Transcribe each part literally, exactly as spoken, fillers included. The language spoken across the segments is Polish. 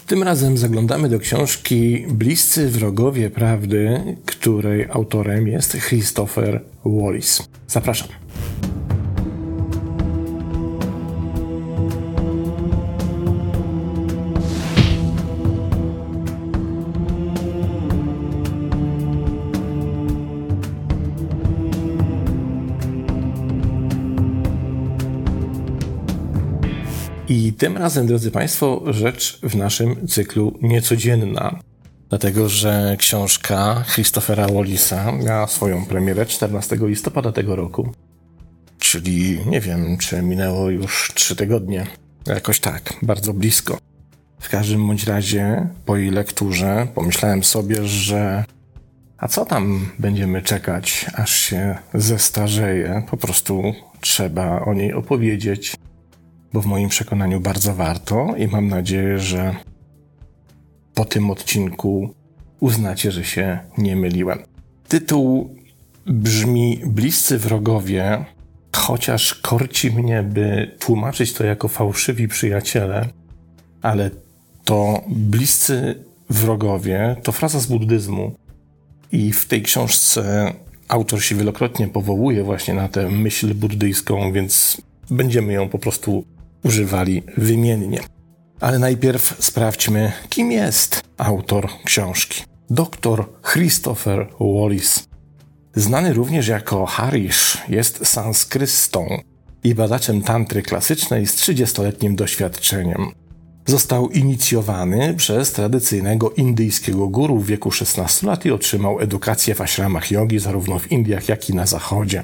Tym razem zaglądamy do książki Bliscy wrogowie prawdy, której autorem jest Christopher Wallis. Zapraszam. I tym razem, drodzy Państwo, rzecz w naszym cyklu niecodzienna, dlatego że książka Christophera Wallisa miała swoją premierę czternastego listopada tego roku, czyli nie wiem, czy minęło już trzy tygodnie, jakoś tak, bardzo blisko. W każdym bądź razie, po jej lekturze pomyślałem sobie, że a co tam będziemy czekać, aż się zestarzeje, po prostu trzeba o niej opowiedzieć, bo w moim przekonaniu bardzo warto i mam nadzieję, że po tym odcinku uznacie, że się nie myliłem. Tytuł brzmi Bliscy wrogowie, chociaż korci mnie, by tłumaczyć to jako fałszywi przyjaciele, ale to bliscy wrogowie to fraza z buddyzmu i w tej książce autor się wielokrotnie powołuje właśnie na tę myśl buddyjską, więc będziemy ją po prostu używali wymiennie. Ale najpierw sprawdźmy, kim jest autor książki. doktor Christopher Wallis. Znany również jako Harish, jest sanskrystą i badaczem tantry klasycznej z trzydziestoletnim doświadczeniem. Został inicjowany przez tradycyjnego indyjskiego guru w wieku szesnastu lat i otrzymał edukację w ashramach jogi zarówno w Indiach, jak i na Zachodzie.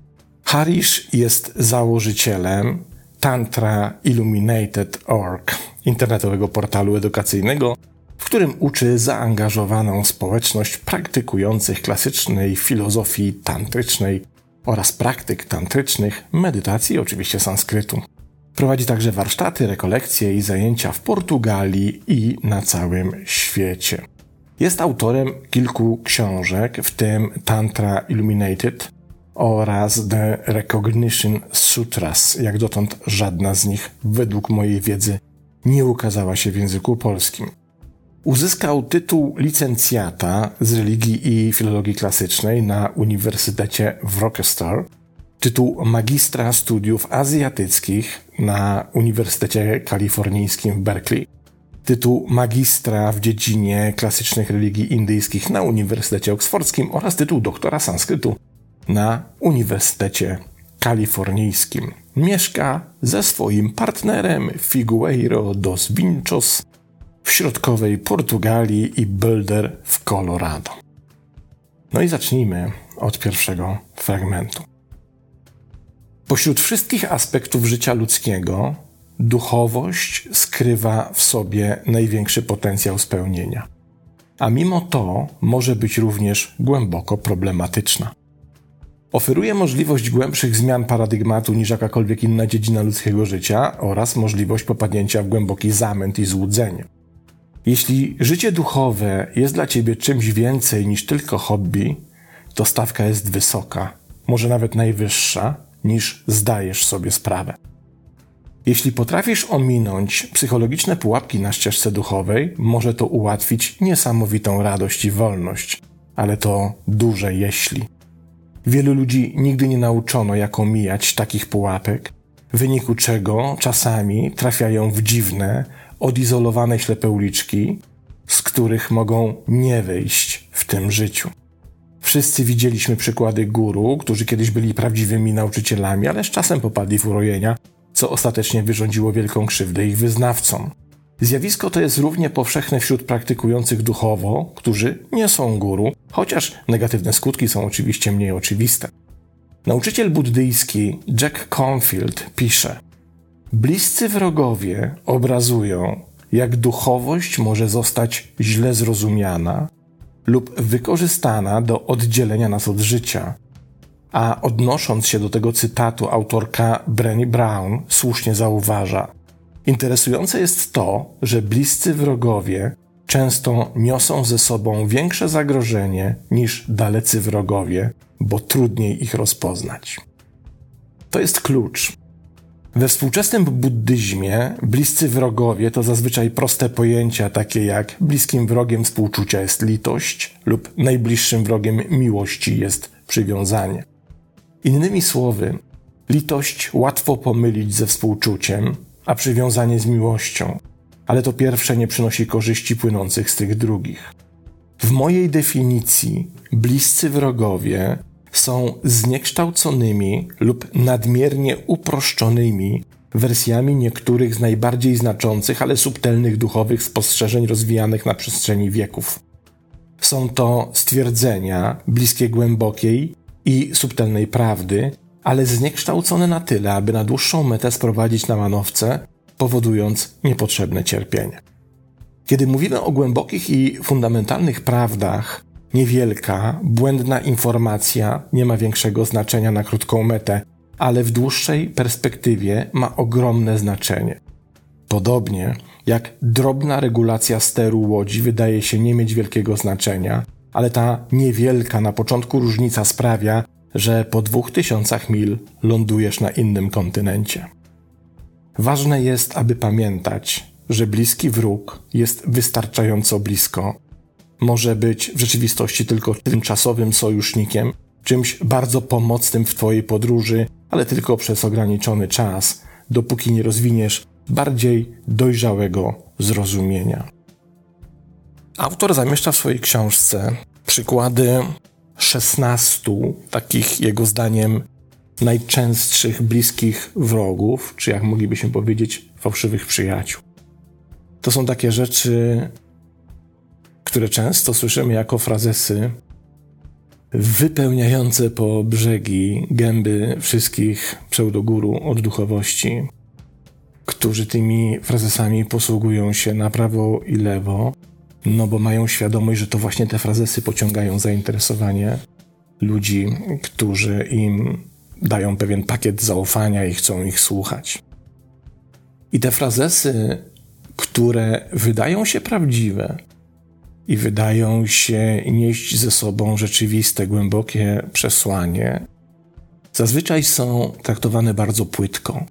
Harish jest założycielem Tantra Illuminated kropka org, internetowego portalu edukacyjnego, w którym uczy zaangażowaną społeczność praktykujących klasycznej filozofii tantrycznej oraz praktyk tantrycznych, medytacji i oczywiście sanskrytu. Prowadzi także warsztaty, rekolekcje i zajęcia w Portugalii i na całym świecie. Jest autorem kilku książek, w tym Tantra Illuminated oraz The Recognition Sutras. Jak dotąd żadna z nich, według mojej wiedzy, nie ukazała się w języku polskim. Uzyskał tytuł licencjata z religii i filologii klasycznej na Uniwersytecie w Rochester, tytuł magistra studiów azjatyckich na Uniwersytecie Kalifornijskim w Berkeley, tytuł magistra w dziedzinie klasycznych religii indyjskich na Uniwersytecie Oksfordzkim oraz tytuł doktora sanskrytu na Uniwersytecie Kalifornijskim. Mieszka ze swoim partnerem Figueiro dos Vinhos w środkowej Portugalii i Boulder w Colorado. No i zacznijmy od pierwszego fragmentu. Pośród wszystkich aspektów życia ludzkiego duchowość skrywa w sobie największy potencjał spełnienia, a mimo to może być również głęboko problematyczna. Oferuje możliwość głębszych zmian paradygmatu niż jakakolwiek inna dziedzina ludzkiego życia oraz możliwość popadnięcia w głęboki zamęt i złudzenie. Jeśli życie duchowe jest dla ciebie czymś więcej niż tylko hobby, to stawka jest wysoka, może nawet najwyższa, niż zdajesz sobie sprawę. Jeśli potrafisz ominąć psychologiczne pułapki na ścieżce duchowej, może to ułatwić niesamowitą radość i wolność, ale to duże jeśli. Wielu ludzi nigdy nie nauczono, jak omijać takich pułapek, w wyniku czego czasami trafiają w dziwne, odizolowane ślepe uliczki, z których mogą nie wyjść w tym życiu. Wszyscy widzieliśmy przykłady guru, którzy kiedyś byli prawdziwymi nauczycielami, ale z czasem popadli w urojenia, co ostatecznie wyrządziło wielką krzywdę ich wyznawcom. Zjawisko to jest równie powszechne wśród praktykujących duchowo, którzy nie są guru, chociaż negatywne skutki są oczywiście mniej oczywiste. Nauczyciel buddyjski Jack Cornfield pisze: bliscy wrogowie obrazują, jak duchowość może zostać źle zrozumiana lub wykorzystana do oddzielenia nas od życia. A odnosząc się do tego cytatu, autorka Brené Brown słusznie zauważa: interesujące jest to, że bliscy wrogowie często niosą ze sobą większe zagrożenie niż dalecy wrogowie, bo trudniej ich rozpoznać. To jest klucz. We współczesnym buddyzmie bliscy wrogowie to zazwyczaj proste pojęcia takie jak bliskim wrogiem współczucia jest litość lub najbliższym wrogiem miłości jest przywiązanie. Innymi słowy, litość łatwo pomylić ze współczuciem, a przywiązanie z miłością, ale to pierwsze nie przynosi korzyści płynących z tych drugich. W mojej definicji bliscy wrogowie są zniekształconymi lub nadmiernie uproszczonymi wersjami niektórych z najbardziej znaczących, ale subtelnych duchowych spostrzeżeń rozwijanych na przestrzeni wieków. Są to stwierdzenia bliskie głębokiej i subtelnej prawdy, ale zniekształcone na tyle, aby na dłuższą metę sprowadzić na manowce, powodując niepotrzebne cierpienie. Kiedy mówimy o głębokich i fundamentalnych prawdach, niewielka, błędna informacja nie ma większego znaczenia na krótką metę, ale w dłuższej perspektywie ma ogromne znaczenie. Podobnie jak drobna regulacja steru łodzi wydaje się nie mieć wielkiego znaczenia, ale ta niewielka na początku różnica sprawia, że po dwóch tysiącach mil lądujesz na innym kontynencie. Ważne jest, aby pamiętać, że bliski wróg jest wystarczająco blisko. Może być w rzeczywistości tylko tymczasowym sojusznikiem, czymś bardzo pomocnym w twojej podróży, ale tylko przez ograniczony czas, dopóki nie rozwiniesz bardziej dojrzałego zrozumienia. Autor zamieszcza w swojej książce przykłady szesnastu takich, jego zdaniem, najczęstszych bliskich wrogów, czy jak moglibyśmy powiedzieć, fałszywych przyjaciół. To są takie rzeczy, które często słyszymy jako frazesy wypełniające po brzegi gęby wszystkich pseudoguru od duchowości, którzy tymi frazesami posługują się na prawo i lewo, no bo mają świadomość, że to właśnie te frazesy pociągają zainteresowanie ludzi, którzy im dają pewien pakiet zaufania i chcą ich słuchać. I te frazesy, które wydają się prawdziwe i wydają się nieść ze sobą rzeczywiste, głębokie przesłanie, zazwyczaj są traktowane bardzo płytko.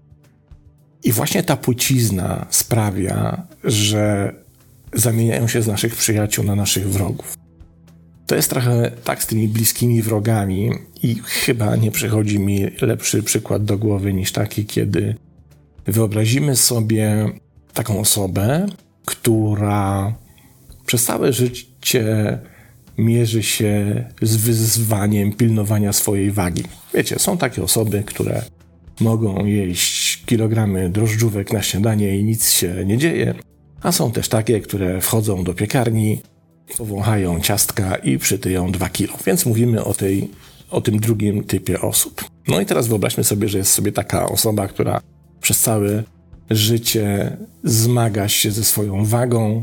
I właśnie ta płycizna sprawia, że zamieniają się z naszych przyjaciół na naszych wrogów. To jest trochę tak z tymi bliskimi wrogami i chyba nie przychodzi mi lepszy przykład do głowy niż taki, kiedy wyobrazimy sobie taką osobę, która przez całe życie mierzy się z wyzwaniem pilnowania swojej wagi. Wiecie, są takie osoby, które mogą jeść kilogramy drożdżówek na śniadanie i nic się nie dzieje, a są też takie, które wchodzą do piekarni, powąchają ciastka i przytyją dwa kilo. Więc mówimy o, tej, o tym drugim typie osób. No i teraz wyobraźmy sobie, że jest sobie taka osoba, która przez całe życie zmaga się ze swoją wagą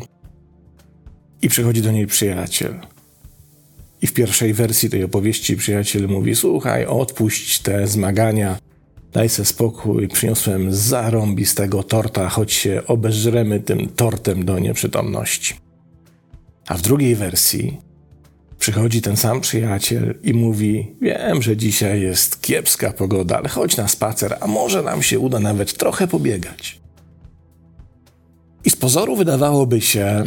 i przychodzi do niej przyjaciel. I w pierwszej wersji tej opowieści przyjaciel mówi: słuchaj, odpuść te zmagania, daj se spokój, przyniosłem zarąbistego torta, choć się obeżremy tym tortem do nieprzytomności. A w drugiej wersji przychodzi ten sam przyjaciel i mówi: wiem, że dzisiaj jest kiepska pogoda, ale chodź na spacer, a może nam się uda nawet trochę pobiegać. I z pozoru wydawałoby się,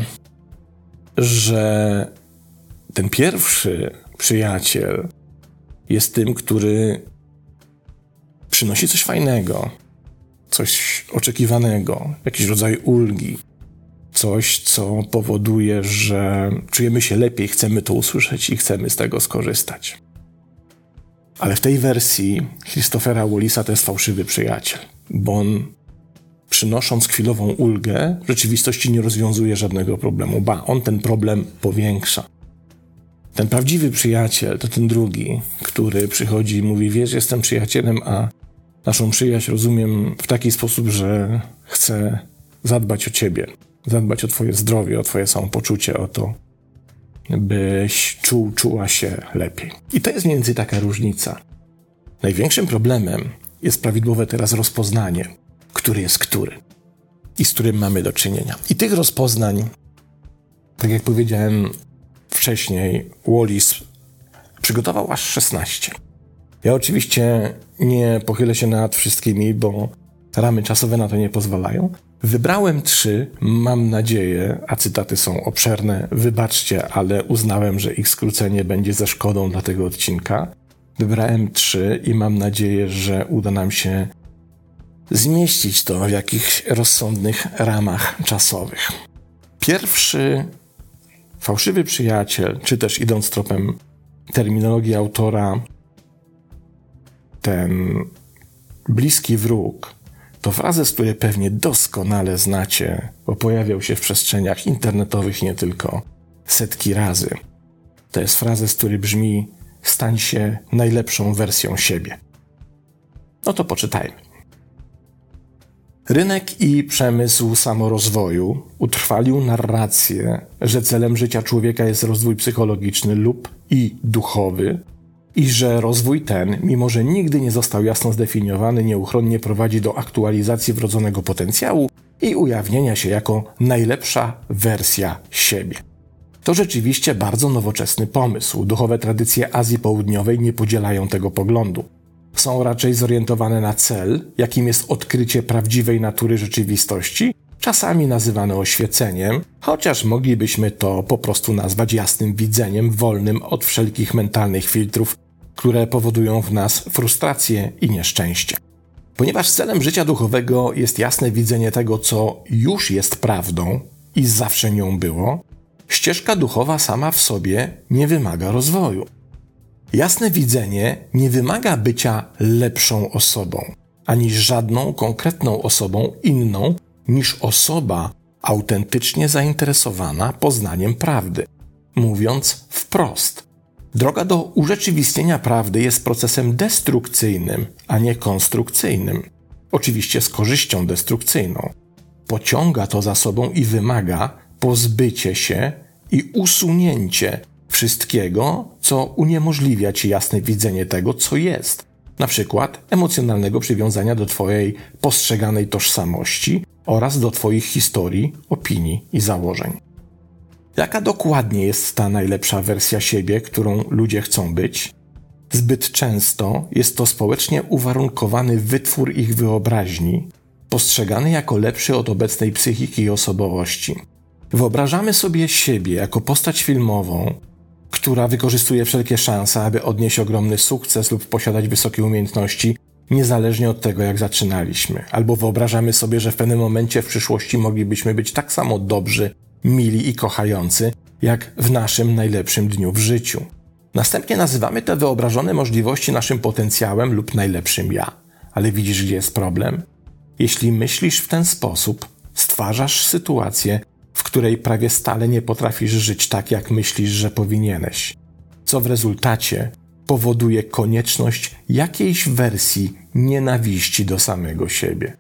że ten pierwszy przyjaciel jest tym, który przynosi coś fajnego, coś oczekiwanego, jakiś rodzaj ulgi, coś, co powoduje, że czujemy się lepiej, chcemy to usłyszeć i chcemy z tego skorzystać. Ale w tej wersji Christophera Wallisa to jest fałszywy przyjaciel, bo on, przynosząc chwilową ulgę, w rzeczywistości nie rozwiązuje żadnego problemu. Ba, on ten problem powiększa. Ten prawdziwy przyjaciel to ten drugi, który przychodzi i mówi: wiesz, jestem przyjacielem, a naszą przyjaźń rozumiem w taki sposób, że chcę zadbać o ciebie, zadbać o twoje zdrowie, o twoje samopoczucie, o to, byś czuł, czuła się lepiej. I to jest mniej więcej taka różnica. Największym problemem jest prawidłowe teraz rozpoznanie, który jest który i z którym mamy do czynienia. I tych rozpoznań, tak jak powiedziałem wcześniej, Wallis przygotował aż szesnaście. Ja oczywiście nie pochylę się nad wszystkimi, bo ramy czasowe na to nie pozwalają. Wybrałem trzy, mam nadzieję, a cytaty są obszerne, wybaczcie, ale uznałem, że ich skrócenie będzie ze szkodą dla tego odcinka. Wybrałem trzy i mam nadzieję, że uda nam się zmieścić to w jakichś rozsądnych ramach czasowych. Pierwszy fałszywy przyjaciel, czy też idąc tropem terminologii autora, ten bliski wróg, to frazę, z której pewnie doskonale znacie, bo pojawiał się w przestrzeniach internetowych nie tylko setki razy. To jest fraza, z której brzmi: stań się najlepszą wersją siebie. No to poczytajmy. Rynek i przemysł samorozwoju utrwalił narrację, że celem życia człowieka jest rozwój psychologiczny lub i duchowy i że rozwój ten, mimo że nigdy nie został jasno zdefiniowany, nieuchronnie prowadzi do aktualizacji wrodzonego potencjału i ujawnienia się jako najlepsza wersja siebie. To rzeczywiście bardzo nowoczesny pomysł. Duchowe tradycje Azji Południowej nie podzielają tego poglądu. Są raczej zorientowane na cel, jakim jest odkrycie prawdziwej natury rzeczywistości, czasami nazywane oświeceniem, chociaż moglibyśmy to po prostu nazwać jasnym widzeniem, wolnym od wszelkich mentalnych filtrów, które powodują w nas frustrację i nieszczęście. Ponieważ celem życia duchowego jest jasne widzenie tego, co już jest prawdą i zawsze nią było, ścieżka duchowa sama w sobie nie wymaga rozwoju. Jasne widzenie nie wymaga bycia lepszą osobą, ani żadną konkretną osobą inną niż osoba autentycznie zainteresowana poznaniem prawdy. Mówiąc wprost, droga do urzeczywistnienia prawdy jest procesem destrukcyjnym, a nie konstrukcyjnym. Oczywiście z korzyścią destrukcyjną. Pociąga to za sobą i wymaga pozbycie się i usunięcie wszystkiego, co uniemożliwia ci jasne widzenie tego, co jest. Na przykład emocjonalnego przywiązania do twojej postrzeganej tożsamości oraz do twoich historii, opinii i założeń. Jaka dokładnie jest ta najlepsza wersja siebie, którą ludzie chcą być? Zbyt często jest to społecznie uwarunkowany wytwór ich wyobraźni, postrzegany jako lepszy od obecnej psychiki i osobowości. Wyobrażamy sobie siebie jako postać filmową, która wykorzystuje wszelkie szanse, aby odnieść ogromny sukces lub posiadać wysokie umiejętności, niezależnie od tego, jak zaczynaliśmy. Albo wyobrażamy sobie, że w pewnym momencie w przyszłości moglibyśmy być tak samo dobrzy, mili i kochający, jak w naszym najlepszym dniu w życiu. Następnie nazywamy te wyobrażone możliwości naszym potencjałem lub najlepszym ja. Ale widzisz, gdzie jest problem? Jeśli myślisz w ten sposób, stwarzasz sytuację, w której prawie stale nie potrafisz żyć tak, jak myślisz, że powinieneś, co w rezultacie powoduje konieczność jakiejś wersji nienawiści do samego siebie.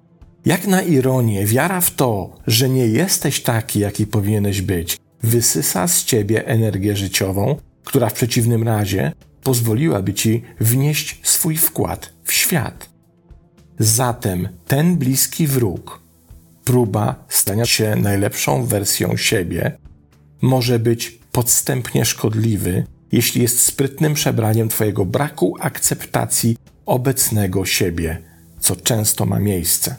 Jak na ironię, wiara w to, że nie jesteś taki, jaki powinieneś być, wysysa z ciebie energię życiową, która w przeciwnym razie pozwoliłaby ci wnieść swój wkład w świat. Zatem ten bliski wróg, próba stania się najlepszą wersją siebie, może być podstępnie szkodliwy, jeśli jest sprytnym przebraniem twojego braku akceptacji obecnego siebie, co często ma miejsce.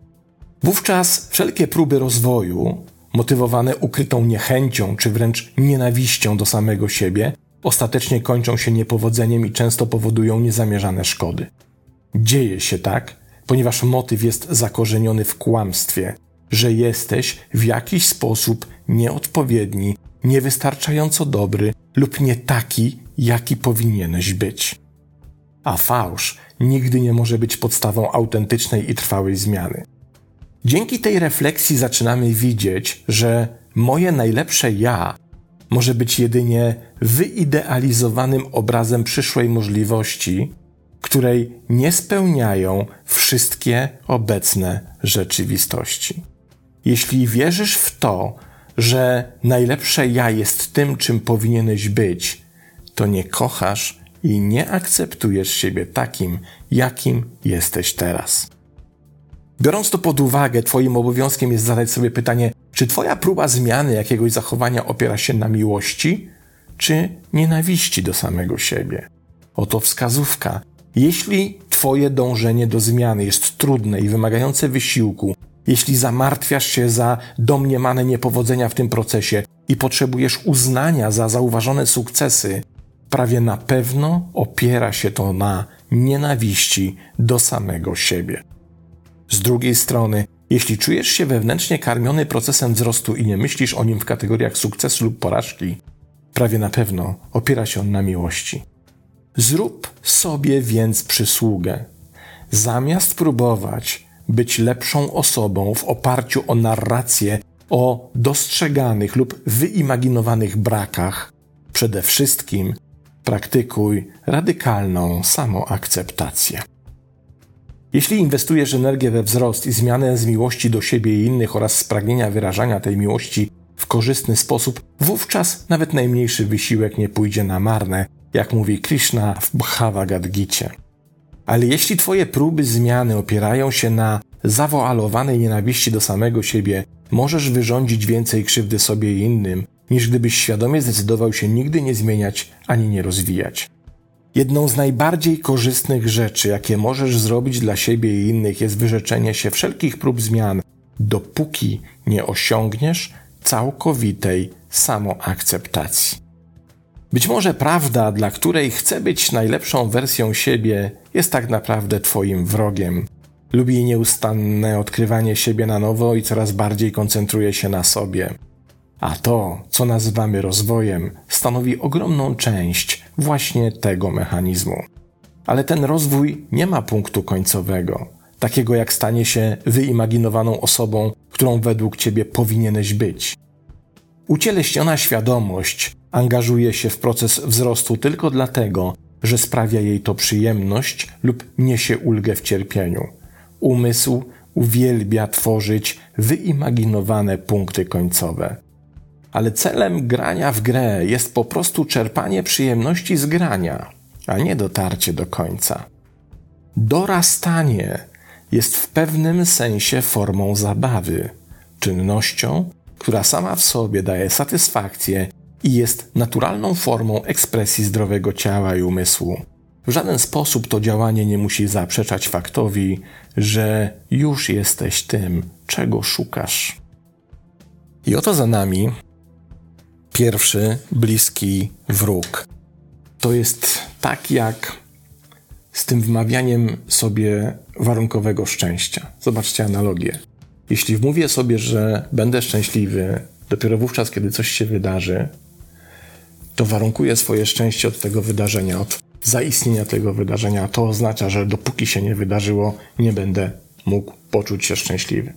Wówczas wszelkie próby rozwoju, motywowane ukrytą niechęcią czy wręcz nienawiścią do samego siebie, ostatecznie kończą się niepowodzeniem i często powodują niezamierzane szkody. Dzieje się tak, ponieważ motyw jest zakorzeniony w kłamstwie, że jesteś w jakiś sposób nieodpowiedni, niewystarczająco dobry lub nie taki, jaki powinieneś być. A fałsz nigdy nie może być podstawą autentycznej i trwałej zmiany. Dzięki tej refleksji zaczynamy widzieć, że moje najlepsze ja może być jedynie wyidealizowanym obrazem przyszłej możliwości, której nie spełniają wszystkie obecne rzeczywistości. Jeśli wierzysz w to, że najlepsze ja jest tym, czym powinieneś być, to nie kochasz i nie akceptujesz siebie takim, jakim jesteś teraz. Biorąc to pod uwagę, twoim obowiązkiem jest zadać sobie pytanie, czy twoja próba zmiany jakiegoś zachowania opiera się na miłości, czy nienawiści do samego siebie. Oto wskazówka. Jeśli twoje dążenie do zmiany jest trudne i wymagające wysiłku, jeśli zamartwiasz się za domniemane niepowodzenia w tym procesie i potrzebujesz uznania za zauważone sukcesy, prawie na pewno opiera się to na nienawiści do samego siebie. Z drugiej strony, jeśli czujesz się wewnętrznie karmiony procesem wzrostu i nie myślisz o nim w kategoriach sukcesu lub porażki, prawie na pewno opiera się on na miłości. Zrób sobie więc przysługę. Zamiast próbować być lepszą osobą w oparciu o narrację o dostrzeganych lub wyimaginowanych brakach, przede wszystkim praktykuj radykalną samoakceptację. Jeśli inwestujesz energię we wzrost i zmianę z miłości do siebie i innych oraz z pragnienia wyrażania tej miłości w korzystny sposób, wówczas nawet najmniejszy wysiłek nie pójdzie na marne, jak mówi Krishna w Bhagavad Gicie. Ale jeśli twoje próby zmiany opierają się na zawoalowanej nienawiści do samego siebie, możesz wyrządzić więcej krzywdy sobie i innym, niż gdybyś świadomie zdecydował się nigdy nie zmieniać ani nie rozwijać. Jedną z najbardziej korzystnych rzeczy, jakie możesz zrobić dla siebie i innych, jest wyrzeczenie się wszelkich prób zmian, dopóki nie osiągniesz całkowitej samoakceptacji. Być może prawda, dla której chcę być najlepszą wersją siebie, jest tak naprawdę twoim wrogiem. Lubi nieustanne odkrywanie siebie na nowo i coraz bardziej koncentruje się na sobie. A to, co nazywamy rozwojem, stanowi ogromną część właśnie tego mechanizmu. Ale ten rozwój nie ma punktu końcowego, takiego jak stanie się wyimaginowaną osobą, którą według ciebie powinieneś być. Ucieleśniona świadomość angażuje się w proces wzrostu tylko dlatego, że sprawia jej to przyjemność lub niesie ulgę w cierpieniu. Umysł uwielbia tworzyć wyimaginowane punkty końcowe. Ale celem grania w grę jest po prostu czerpanie przyjemności z grania, a nie dotarcie do końca. Dorastanie jest w pewnym sensie formą zabawy, czynnością, która sama w sobie daje satysfakcję i jest naturalną formą ekspresji zdrowego ciała i umysłu. W żaden sposób to działanie nie musi zaprzeczać faktowi, że już jesteś tym, czego szukasz. I oto za nami pierwszy bliski wróg. To jest tak jak z tym wmawianiem sobie warunkowego szczęścia. Zobaczcie analogię. Jeśli wmówię sobie, że będę szczęśliwy dopiero wówczas, kiedy coś się wydarzy, to warunkuję swoje szczęście od tego wydarzenia, od zaistnienia tego wydarzenia. To oznacza, że dopóki się nie wydarzyło, nie będę mógł poczuć się szczęśliwy.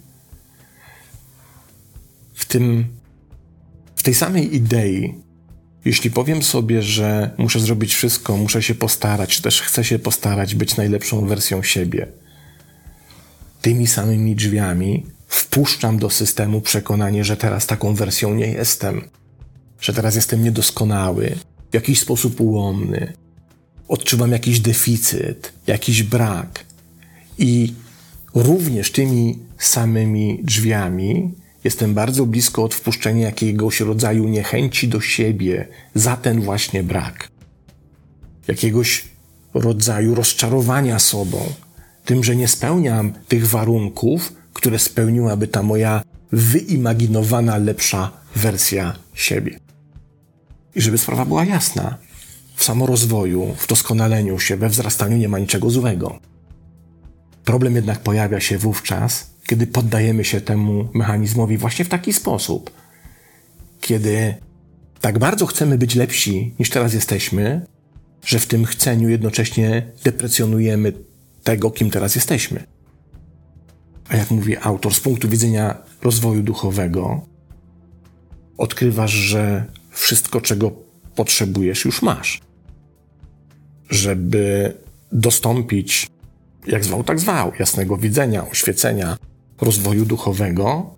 W tym, w tej samej idei, jeśli powiem sobie, że muszę zrobić wszystko, muszę się postarać, czy też chcę się postarać być najlepszą wersją siebie, tymi samymi drzwiami wpuszczam do systemu przekonanie, że teraz taką wersją nie jestem, że teraz jestem niedoskonały, w jakiś sposób ułomny, odczuwam jakiś deficyt, jakiś brak. I również tymi samymi drzwiami jestem bardzo blisko od wpuszczenia jakiegoś rodzaju niechęci do siebie za ten właśnie brak. Jakiegoś rodzaju rozczarowania sobą, tym, że nie spełniam tych warunków, które spełniłaby ta moja wyimaginowana, lepsza wersja siebie. I żeby sprawa była jasna, w samorozwoju, w doskonaleniu się, we wzrastaniu nie ma niczego złego. Problem jednak pojawia się wówczas, kiedy poddajemy się temu mechanizmowi właśnie w taki sposób. Kiedy tak bardzo chcemy być lepsi, niż teraz jesteśmy, że w tym chceniu jednocześnie deprecjonujemy tego, kim teraz jesteśmy. A jak mówi autor, z punktu widzenia rozwoju duchowego, odkrywasz, że wszystko, czego potrzebujesz, już masz. Żeby dostąpić, jak zwał, tak zwał, jasnego widzenia, oświecenia, rozwoju duchowego,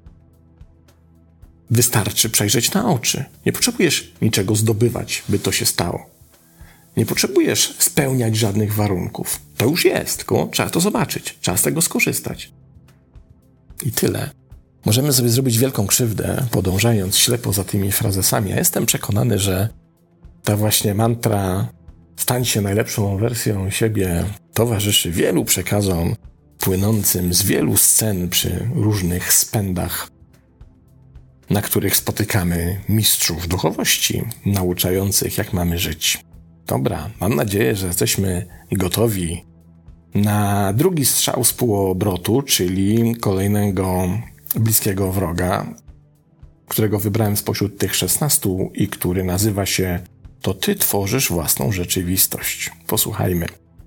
wystarczy przejrzeć na oczy. Nie potrzebujesz niczego zdobywać, by to się stało. Nie potrzebujesz spełniać żadnych warunków. To już jest, tylko trzeba to zobaczyć, trzeba z tego skorzystać. I tyle. Możemy sobie zrobić wielką krzywdę, podążając ślepo za tymi frazesami. Ja jestem przekonany, że ta właśnie mantra Stań się najlepszą wersją siebie towarzyszy wielu przekazom płynącym z wielu scen przy różnych spędach, na których spotykamy mistrzów duchowości nauczających, jak mamy żyć. Dobra, mam nadzieję, że jesteśmy gotowi na drugi strzał z półobrotu, czyli kolejnego bliskiego wroga, którego wybrałem spośród tych szesnastu i który nazywa się To Ty tworzysz własną rzeczywistość. Posłuchajmy.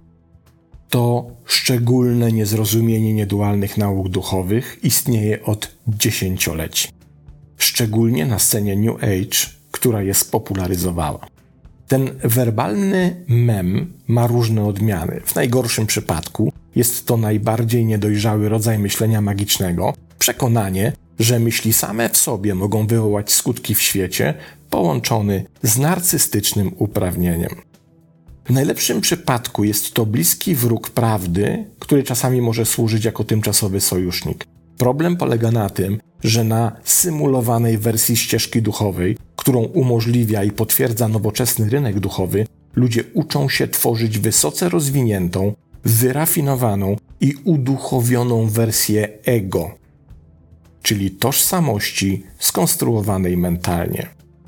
To szczególne niezrozumienie niedualnych nauk duchowych istnieje od dziesięcioleci. Szczególnie na scenie New Age, która je spopularyzowała. Ten werbalny mem ma różne odmiany. W najgorszym przypadku jest to najbardziej niedojrzały rodzaj myślenia magicznego, przekonanie, że myśli same w sobie mogą wywołać skutki w świecie, połączony z narcystycznym uprawnieniem. W najlepszym przypadku jest to bliski wróg prawdy, który czasami może służyć jako tymczasowy sojusznik. Problem polega na tym, że na symulowanej wersji ścieżki duchowej, którą umożliwia i potwierdza nowoczesny rynek duchowy, ludzie uczą się tworzyć wysoce rozwiniętą, wyrafinowaną i uduchowioną wersję ego, czyli tożsamości skonstruowanej mentalnie.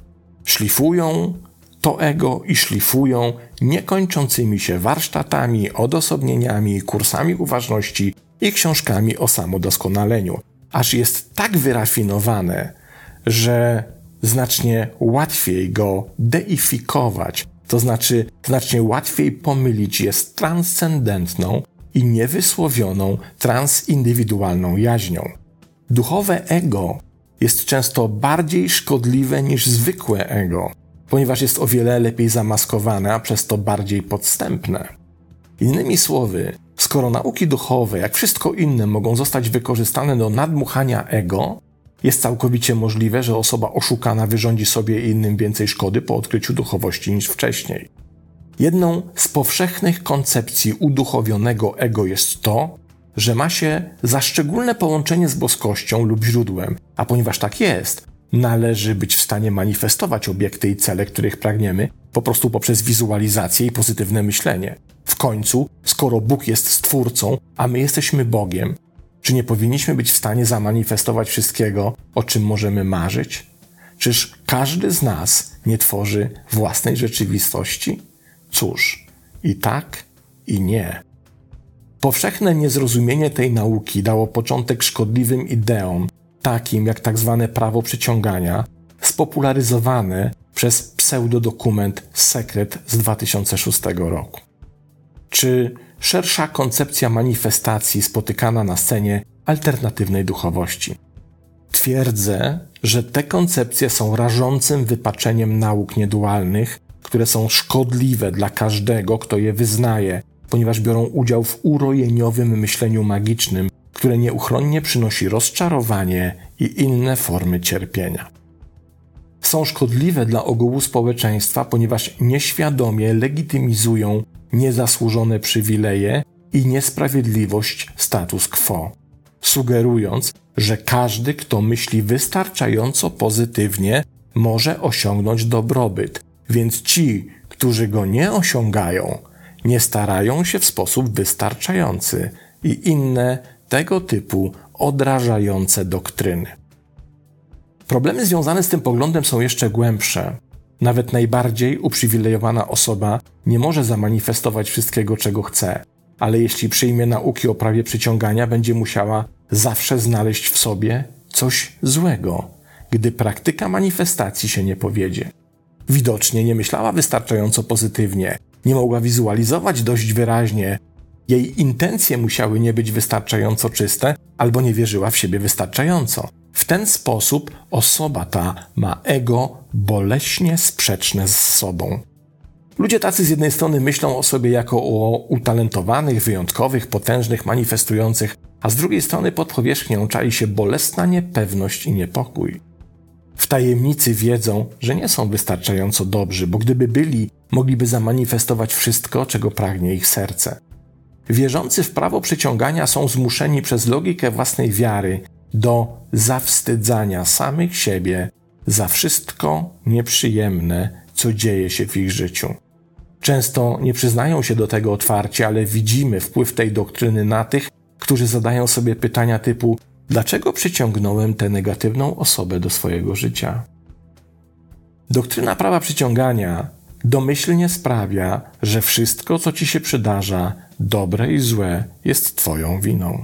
Szlifują to ego i szlifują niekończącymi się warsztatami, odosobnieniami, kursami uważności i książkami o samodoskonaleniu, aż jest tak wyrafinowane, że znacznie łatwiej go deifikować, to znaczy znacznie łatwiej pomylić je z transcendentną i niewysłowioną transindywidualną jaźnią. Duchowe ego jest często bardziej szkodliwe niż zwykłe ego, ponieważ jest o wiele lepiej zamaskowane, a przez to bardziej podstępne. Innymi słowy, skoro nauki duchowe, jak wszystko inne, mogą zostać wykorzystane do nadmuchania ego, jest całkowicie możliwe, że osoba oszukana wyrządzi sobie i innym więcej szkody po odkryciu duchowości niż wcześniej. Jedną z powszechnych koncepcji uduchowionego ego jest to, że ma się za szczególne połączenie z boskością lub źródłem, a ponieważ tak jest, należy być w stanie manifestować obiekty i cele, których pragniemy, po prostu poprzez wizualizację i pozytywne myślenie. W końcu, skoro Bóg jest Stwórcą, a my jesteśmy Bogiem, czy nie powinniśmy być w stanie zamanifestować wszystkiego, o czym możemy marzyć? Czyż każdy z nas nie tworzy własnej rzeczywistości? Cóż, i tak, i nie. Powszechne niezrozumienie tej nauki dało początek szkodliwym ideom, takim jak tak zwane prawo przyciągania, spopularyzowane przez pseudodokument Sekret z dwa tysiące szóstego roku. Czy szersza koncepcja manifestacji spotykana na scenie alternatywnej duchowości. Twierdzę, że te koncepcje są rażącym wypaczeniem nauk niedualnych, które są szkodliwe dla każdego, kto je wyznaje, ponieważ biorą udział w urojeniowym myśleniu magicznym, które nieuchronnie przynosi rozczarowanie i inne formy cierpienia. Są szkodliwe dla ogółu społeczeństwa, ponieważ nieświadomie legitymizują niezasłużone przywileje i niesprawiedliwość status quo, sugerując, że każdy, kto myśli wystarczająco pozytywnie, może osiągnąć dobrobyt, więc ci, którzy go nie osiągają, nie starają się w sposób wystarczający i inne tego typu odrażające doktryny. Problemy związane z tym poglądem są jeszcze głębsze. Nawet najbardziej uprzywilejowana osoba nie może zamanifestować wszystkiego, czego chce, ale jeśli przyjmie nauki o prawie przyciągania, będzie musiała zawsze znaleźć w sobie coś złego, gdy praktyka manifestacji się nie powiedzie. Widocznie nie myślała wystarczająco pozytywnie, nie mogła wizualizować dość wyraźnie, jej intencje musiały nie być wystarczająco czyste, albo nie wierzyła w siebie wystarczająco. W ten sposób osoba ta ma ego boleśnie sprzeczne z sobą. Ludzie tacy z jednej strony myślą o sobie jako o utalentowanych, wyjątkowych, potężnych, manifestujących, a z drugiej strony pod powierzchnią czai się bolesna niepewność i niepokój. W tajemnicy wiedzą, że nie są wystarczająco dobrzy, bo gdyby byli, mogliby zamanifestować wszystko, czego pragnie ich serce. Wierzący w prawo przyciągania są zmuszeni przez logikę własnej wiary do zawstydzania samych siebie za wszystko nieprzyjemne, co dzieje się w ich życiu. Często nie przyznają się do tego otwarcie, ale widzimy wpływ tej doktryny na tych, którzy zadają sobie pytania typu: dlaczego przyciągnąłem tę negatywną osobę do swojego życia? Doktryna prawa przyciągania domyślnie sprawia, że wszystko, co ci się przydarza, dobre i złe, jest twoją winą.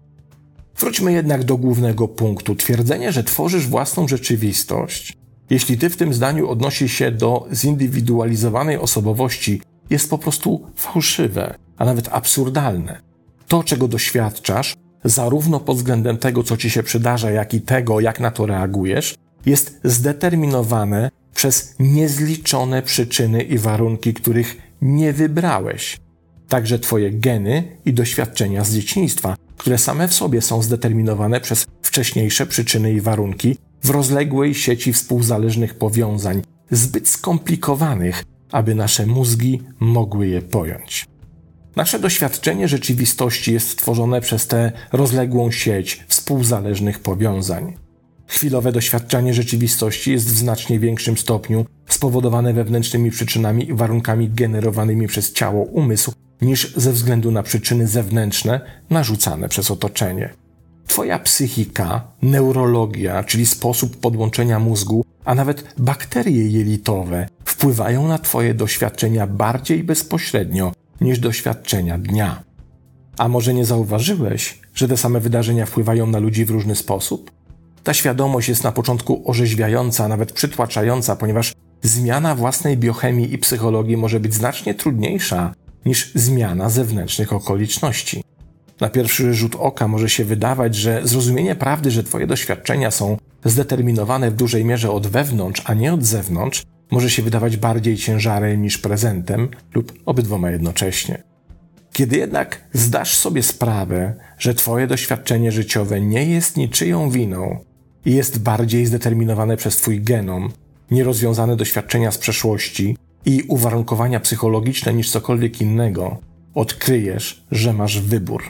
Wróćmy jednak do głównego punktu. Twierdzenie, że tworzysz własną rzeczywistość, jeśli ty w tym zdaniu odnosi się do zindywidualizowanej osobowości, jest po prostu fałszywe, a nawet absurdalne. To, czego doświadczasz, zarówno pod względem tego, co ci się przydarza, jak i tego, jak na to reagujesz, jest zdeterminowane przez niezliczone przyczyny i warunki, których nie wybrałeś. Także twoje geny i doświadczenia z dzieciństwa, które same w sobie są zdeterminowane przez wcześniejsze przyczyny i warunki w rozległej sieci współzależnych powiązań, zbyt skomplikowanych, aby nasze mózgi mogły je pojąć. Nasze doświadczenie rzeczywistości jest stworzone przez tę rozległą sieć współzależnych powiązań. Chwilowe doświadczanie rzeczywistości jest w znacznie większym stopniu spowodowane wewnętrznymi przyczynami i warunkami generowanymi przez ciało, umysł, niż ze względu na przyczyny zewnętrzne narzucane przez otoczenie. Twoja psychika, neurologia, czyli sposób podłączenia mózgu, a nawet bakterie jelitowe wpływają na twoje doświadczenia bardziej bezpośrednio niż doświadczenia dnia. A może nie zauważyłeś, że te same wydarzenia wpływają na ludzi w różny sposób? Ta świadomość jest na początku orzeźwiająca, nawet przytłaczająca, ponieważ zmiana własnej biochemii i psychologii może być znacznie trudniejsza niż zmiana zewnętrznych okoliczności. Na pierwszy rzut oka może się wydawać, że zrozumienie prawdy, że twoje doświadczenia są zdeterminowane w dużej mierze od wewnątrz, a nie od zewnątrz, może się wydawać bardziej ciężarem niż prezentem lub obydwoma jednocześnie. Kiedy jednak zdasz sobie sprawę, że twoje doświadczenie życiowe nie jest niczyją winą i jest bardziej zdeterminowane przez twój genom, nierozwiązane doświadczenia z przeszłości i uwarunkowania psychologiczne niż cokolwiek innego, odkryjesz, że masz wybór.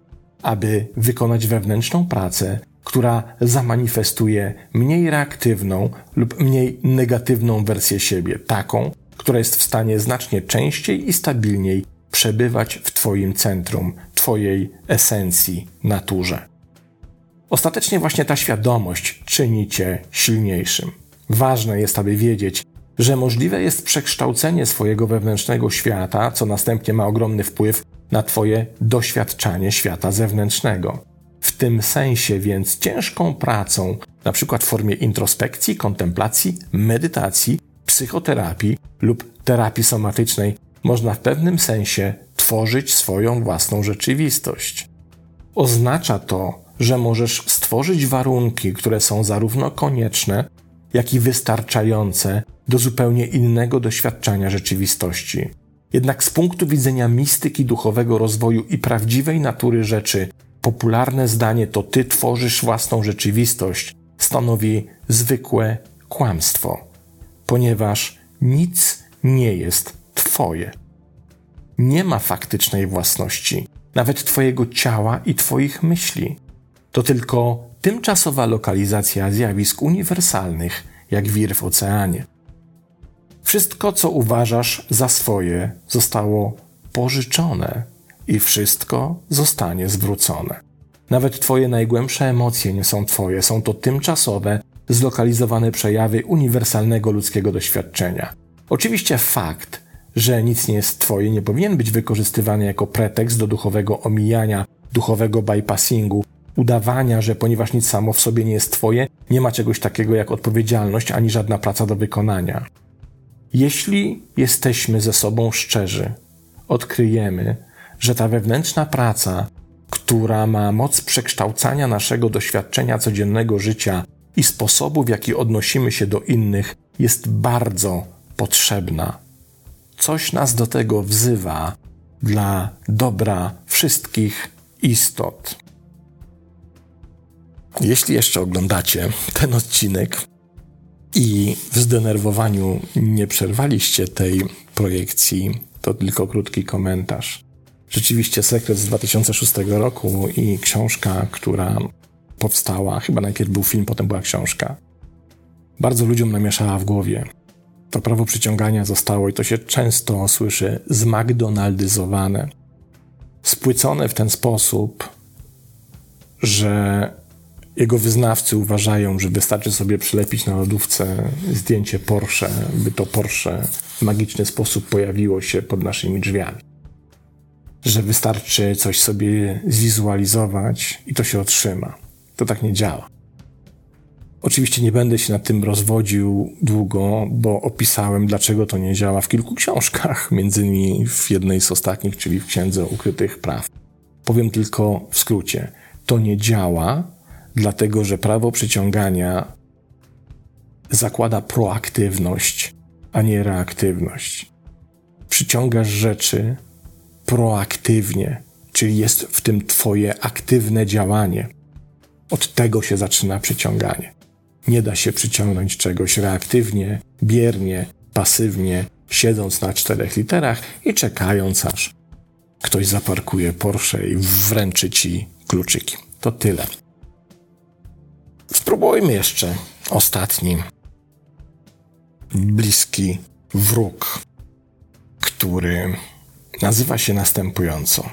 Aby wykonać wewnętrzną pracę, która zamanifestuje mniej reaktywną lub mniej negatywną wersję siebie, taką, która jest w stanie znacznie częściej i stabilniej przebywać w twoim centrum, twojej esencji, naturze. Ostatecznie właśnie ta świadomość czyni cię silniejszym. Ważne jest, aby wiedzieć, że możliwe jest przekształcenie swojego wewnętrznego świata, co następnie ma ogromny wpływ na twoje doświadczanie świata zewnętrznego. W tym sensie więc ciężką pracą, na przykład w formie introspekcji, kontemplacji, medytacji, psychoterapii lub terapii somatycznej, można w pewnym sensie tworzyć swoją własną rzeczywistość. Oznacza to, że możesz stworzyć warunki, które są zarówno konieczne, jak i wystarczające do zupełnie innego doświadczania rzeczywistości. Jednak z punktu widzenia mistyki duchowego rozwoju i prawdziwej natury rzeczy, popularne zdanie "to ty tworzysz własną rzeczywistość" stanowi zwykłe kłamstwo, ponieważ nic nie jest twoje. Nie ma faktycznej własności, nawet twojego ciała i twoich myśli. To tylko tymczasowa lokalizacja zjawisk uniwersalnych, jak wir w oceanie. Wszystko, co uważasz za swoje, zostało pożyczone i wszystko zostanie zwrócone. Nawet twoje najgłębsze emocje nie są twoje, są to tymczasowe, zlokalizowane przejawy uniwersalnego ludzkiego doświadczenia. Oczywiście fakt, że nic nie jest twoje, nie powinien być wykorzystywany jako pretekst do duchowego omijania, duchowego bypassingu, udawania, że ponieważ nic samo w sobie nie jest twoje, nie ma czegoś takiego jak odpowiedzialność ani żadna praca do wykonania. Jeśli jesteśmy ze sobą szczerzy, odkryjemy, że ta wewnętrzna praca, która ma moc przekształcania naszego doświadczenia codziennego życia i sposobu, w jaki odnosimy się do innych, jest bardzo potrzebna. Coś nas do tego wzywa dla dobra wszystkich istot. Jeśli jeszcze oglądacie ten odcinek i w zdenerwowaniu nie przerwaliście tej projekcji, to tylko krótki komentarz. Rzeczywiście Sekret z dwa tysiące szóstego roku i książka, która powstała, chyba najpierw był film, potem była książka, bardzo ludziom namieszała w głowie. to prawo przyciągania zostało, i to się często słyszy, zmcdonaldyzowane, spłycone w ten sposób, że jego wyznawcy uważają, że wystarczy sobie przylepić na lodówce zdjęcie Porsche, by to Porsche w magiczny sposób pojawiło się pod naszymi drzwiami. Że wystarczy coś sobie zwizualizować i to się otrzyma. To tak nie działa. Oczywiście nie będę się nad tym rozwodził długo, bo opisałem, dlaczego to nie działa w kilku książkach, między innymi w jednej z ostatnich, czyli w Księdze Ukrytych Praw. Powiem tylko w skrócie. To nie działa, dlatego że prawo przyciągania zakłada proaktywność, a nie reaktywność. Przyciągasz rzeczy proaktywnie, czyli jest w tym twoje aktywne działanie. Od tego się zaczyna przyciąganie. Nie da się przyciągnąć czegoś reaktywnie, biernie, pasywnie, siedząc na czterech literach i czekając, aż ktoś zaparkuje Porsche i wręczy ci kluczyki. To tyle. Spróbujmy jeszcze ostatni bliski wróg, który nazywa się następująco.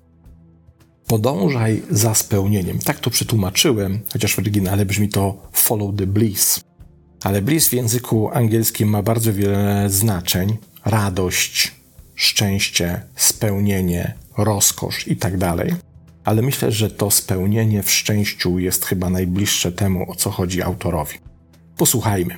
Podążaj za spełnieniem. Tak to przetłumaczyłem, chociaż w oryginale brzmi to follow the bliss. Ale bliss w języku angielskim ma bardzo wiele znaczeń. Radość, szczęście, spełnienie, rozkosz i tak dalej. Ale myślę, że to spełnienie w szczęściu jest chyba najbliższe temu, o co chodzi autorowi. Posłuchajmy.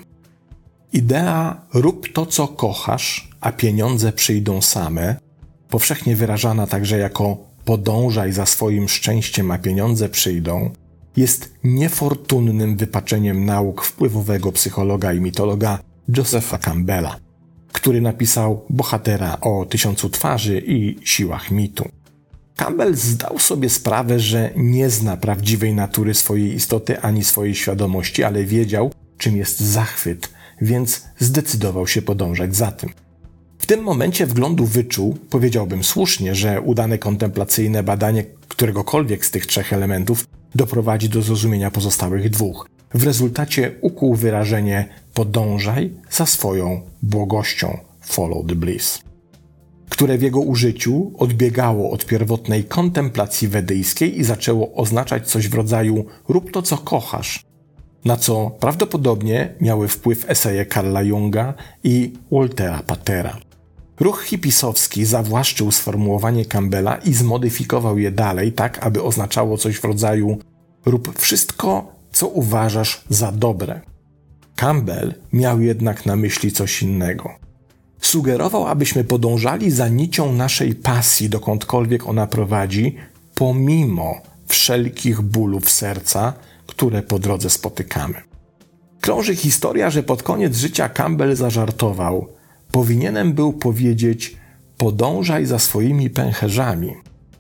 Idea rób to, co kochasz, a pieniądze przyjdą same, powszechnie wyrażana także jako podążaj za swoim szczęściem, a pieniądze przyjdą, jest niefortunnym wypaczeniem nauk wpływowego psychologa i mitologa Josepha Campbella, który napisał Bohatera o tysiącu twarzy i siłach mitu. Campbell zdał sobie sprawę, że nie zna prawdziwej natury swojej istoty ani swojej świadomości, ale wiedział, czym jest zachwyt, więc zdecydował się podążać za tym. W tym momencie wglądu wyczuł, powiedziałbym słusznie, że udane kontemplacyjne badanie któregokolwiek z tych trzech elementów doprowadzi do zrozumienia pozostałych dwóch. W rezultacie ukuł wyrażenie podążaj za swoją błogością, follow the bliss, które w jego użyciu odbiegało od pierwotnej kontemplacji wedyjskiej i zaczęło oznaczać coś w rodzaju rób to, co kochasz, na co prawdopodobnie miały wpływ eseje Carla Junga i Waltera Pattera. Ruch hipisowski zawłaszczył sformułowanie Campbella i zmodyfikował je dalej tak, aby oznaczało coś w rodzaju rób wszystko, co uważasz za dobre. Campbell miał jednak na myśli coś innego. Sugerował, abyśmy podążali za nicią naszej pasji, dokądkolwiek ona prowadzi, pomimo wszelkich bólów serca, które po drodze spotykamy. Krąży historia, że pod koniec życia Campbell zażartował: powinienem był powiedzieć podążaj za swoimi pęcherzami.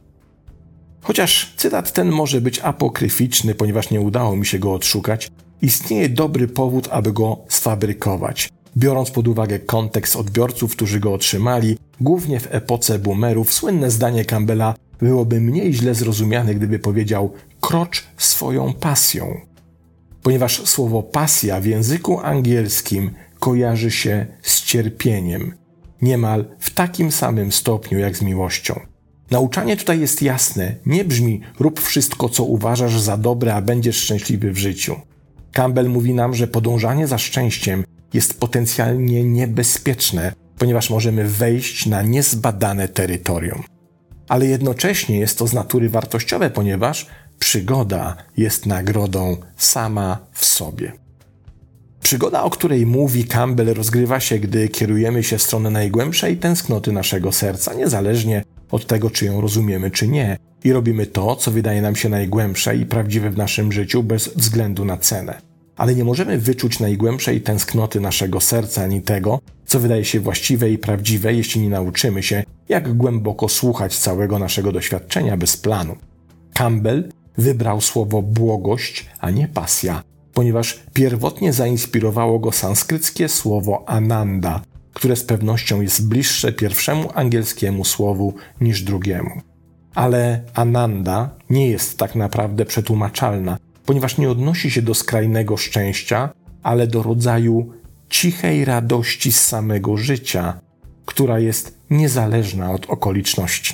Chociaż cytat ten może być apokryficzny, ponieważ nie udało mi się go odszukać, istnieje dobry powód, aby go sfabrykować, biorąc pod uwagę kontekst odbiorców, którzy go otrzymali, głównie w epoce boomerów. Słynne zdanie Campbella byłoby mniej źle zrozumiane, gdyby powiedział krocz swoją pasją. Ponieważ słowo pasja w języku angielskim kojarzy się z cierpieniem, niemal w takim samym stopniu jak z miłością. Nauczanie tutaj jest jasne, nie brzmi rób wszystko, co uważasz za dobre, a będziesz szczęśliwy w życiu. Campbell mówi nam, że podążanie za szczęściem jest potencjalnie niebezpieczne, ponieważ możemy wejść na niezbadane terytorium. Ale jednocześnie jest to z natury wartościowe, ponieważ przygoda jest nagrodą sama w sobie. Przygoda, o której mówi Campbell, rozgrywa się, gdy kierujemy się w stronę najgłębszej tęsknoty naszego serca, niezależnie od tego, czy ją rozumiemy, czy nie, i robimy to, co wydaje nam się najgłębsze i prawdziwe w naszym życiu bez względu na cenę. Ale nie możemy wyczuć najgłębszej tęsknoty naszego serca ani tego, co wydaje się właściwe i prawdziwe, jeśli nie nauczymy się, jak głęboko słuchać całego naszego doświadczenia bez planu. Campbell wybrał słowo błogość, a nie pasja, ponieważ pierwotnie zainspirowało go sanskryckie słowo ananda, które z pewnością jest bliższe pierwszemu angielskiemu słowu niż drugiemu. Ale ananda nie jest tak naprawdę przetłumaczalna, ponieważ nie odnosi się do skrajnego szczęścia, ale do rodzaju cichej radości z samego życia, która jest niezależna od okoliczności.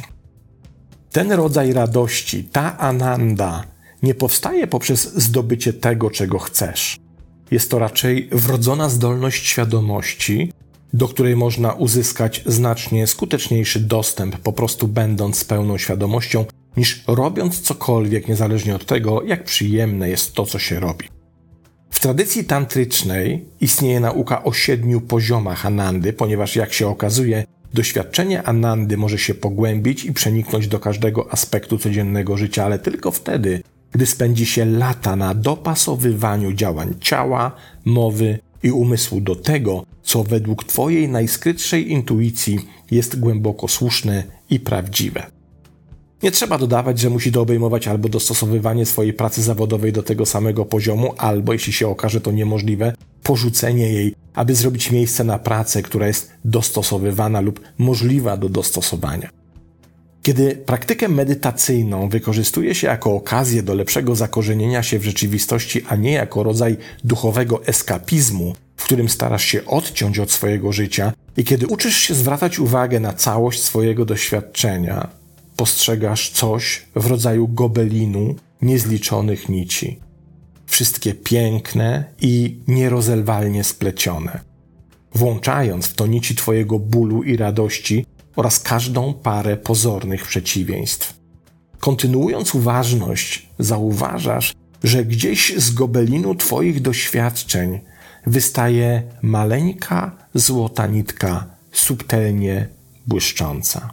Ten rodzaj radości, ta ananda, nie powstaje poprzez zdobycie tego, czego chcesz. Jest to raczej wrodzona zdolność świadomości, do której można uzyskać znacznie skuteczniejszy dostęp, po prostu będąc z pełną świadomością, niż robiąc cokolwiek, niezależnie od tego, jak przyjemne jest to, co się robi. W tradycji tantrycznej istnieje nauka o siedmiu poziomach anandy, ponieważ, jak się okazuje, doświadczenie anandy może się pogłębić i przeniknąć do każdego aspektu codziennego życia, ale tylko wtedy, gdy spędzi się lata na dopasowywaniu działań ciała, mowy i umysłu do tego, co według Twojej najskrytszej intuicji jest głęboko słuszne i prawdziwe. Nie trzeba dodawać, że musi to obejmować albo dostosowywanie swojej pracy zawodowej do tego samego poziomu, albo, jeśli się okaże to niemożliwe, porzucenie jej, aby zrobić miejsce na pracę, która jest dostosowywana lub możliwa do dostosowania. Kiedy praktykę medytacyjną wykorzystuje się jako okazję do lepszego zakorzenienia się w rzeczywistości, a nie jako rodzaj duchowego eskapizmu, w którym starasz się odciąć od swojego życia, i kiedy uczysz się zwracać uwagę na całość swojego doświadczenia, postrzegasz coś w rodzaju gobelinu niezliczonych nici. Wszystkie piękne i nierozerwalnie splecione. Włączając w to nici Twojego bólu i radości oraz każdą parę pozornych przeciwieństw. Kontynuując uważność, zauważasz, że gdzieś z gobelinu Twoich doświadczeń wystaje maleńka złota nitka, subtelnie błyszcząca.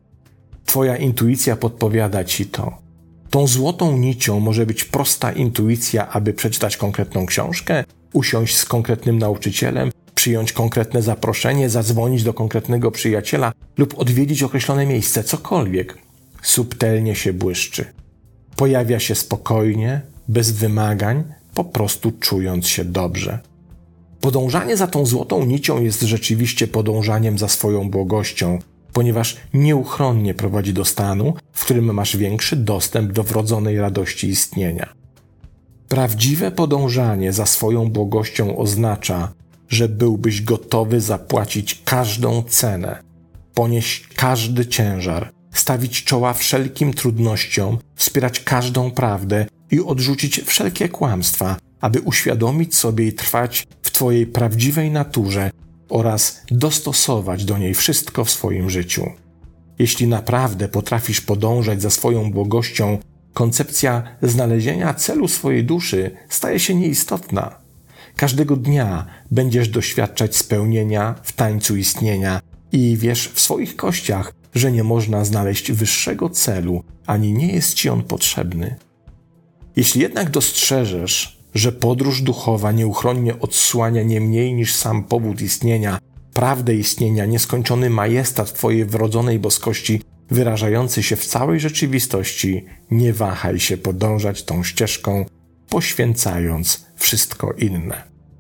Twoja intuicja podpowiada Ci to. Tą złotą nicią może być prosta intuicja, aby przeczytać konkretną książkę, usiąść z konkretnym nauczycielem, przyjąć konkretne zaproszenie, zadzwonić do konkretnego przyjaciela lub odwiedzić określone miejsce, cokolwiek. Subtelnie się błyszczy. Pojawia się spokojnie, bez wymagań, po prostu czując się dobrze. Podążanie za tą złotą nicią jest rzeczywiście podążaniem za swoją błogością, ponieważ nieuchronnie prowadzi do stanu, w którym masz większy dostęp do wrodzonej radości istnienia. Prawdziwe podążanie za swoją błogością oznacza, że byłbyś gotowy zapłacić każdą cenę, ponieść każdy ciężar, stawić czoła wszelkim trudnościom, wspierać każdą prawdę i odrzucić wszelkie kłamstwa, aby uświadomić sobie i trwać w Twojej prawdziwej naturze oraz dostosować do niej wszystko w swoim życiu. Jeśli naprawdę potrafisz podążać za swoją błogością, koncepcja znalezienia celu swojej duszy staje się nieistotna. Każdego dnia będziesz doświadczać spełnienia w tańcu istnienia i wiesz w swoich kościach, że nie można znaleźć wyższego celu, ani nie jest Ci on potrzebny. Jeśli jednak dostrzeżesz, że podróż duchowa nieuchronnie odsłania nie mniej niż sam powód istnienia, prawdę istnienia, nieskończony majestat Twojej wrodzonej boskości, wyrażający się w całej rzeczywistości, nie wahaj się podążać tą ścieżką, poświęcając wszystko inne.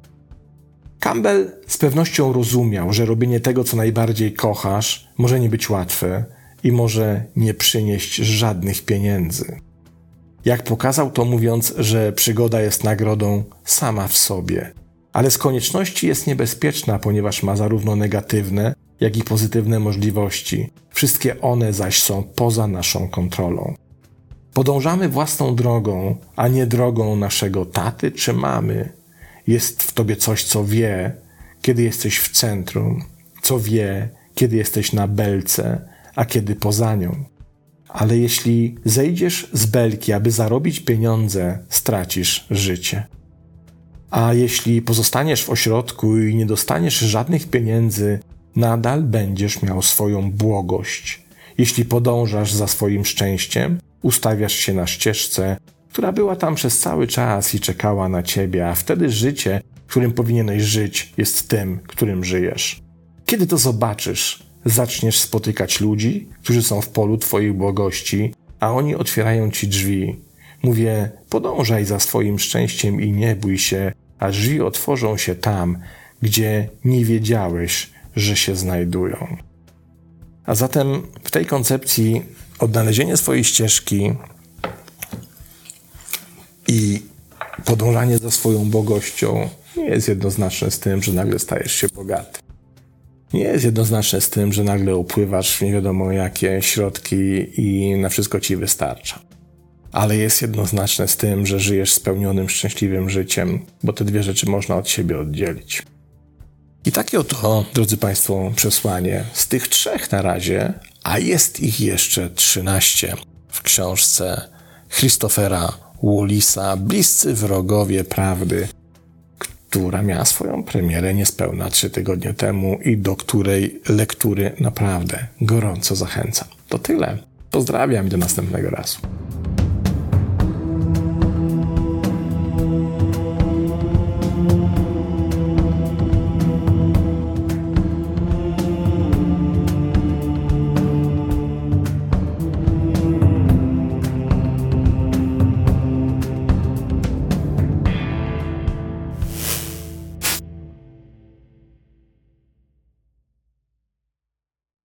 Campbell z pewnością rozumiał, że robienie tego, co najbardziej kochasz, może nie być łatwe i może nie przynieść żadnych pieniędzy. Jak pokazał to mówiąc, że przygoda jest nagrodą sama w sobie, ale z konieczności jest niebezpieczna, ponieważ ma zarówno negatywne, jak i pozytywne możliwości. Wszystkie one zaś są poza naszą kontrolą. Podążamy własną drogą, a nie drogą naszego taty czy mamy. Jest w tobie coś, co wie, kiedy jesteś w centrum, co wie, kiedy jesteś na belce, a kiedy poza nią. Ale jeśli zejdziesz z belki, aby zarobić pieniądze, stracisz życie. A jeśli pozostaniesz w ośrodku i nie dostaniesz żadnych pieniędzy, nadal będziesz miał swoją błogość. Jeśli podążasz za swoim szczęściem, ustawiasz się na ścieżce, która była tam przez cały czas i czekała na ciebie, a wtedy życie, którym powinieneś żyć, jest tym, którym żyjesz. Kiedy to zobaczysz, zaczniesz spotykać ludzi, którzy są w polu twojej błogości, a oni otwierają ci drzwi. Mówię, podążaj za swoim szczęściem i nie bój się, a drzwi otworzą się tam, gdzie nie wiedziałeś, że się znajdują. A zatem w tej koncepcji odnalezienie swojej ścieżki i podążanie za swoją błogością nie jest jednoznaczne z tym, że nagle stajesz się bogaty. Nie jest jednoznaczne z tym, że nagle upływasz w nie wiadomo jakie środki i na wszystko ci wystarcza. Ale jest jednoznaczne z tym, że żyjesz spełnionym, szczęśliwym życiem, bo te dwie rzeczy można od siebie oddzielić. I takie oto, drodzy Państwo, przesłanie z tych trzech na razie, a jest ich jeszcze trzynaście w książce Christophera Wallisa Bliscy wrogowie prawdy, która miała swoją premierę niespełna trzy tygodnie temu i do której lektury naprawdę gorąco zachęcam. To tyle. Pozdrawiam i do następnego razu.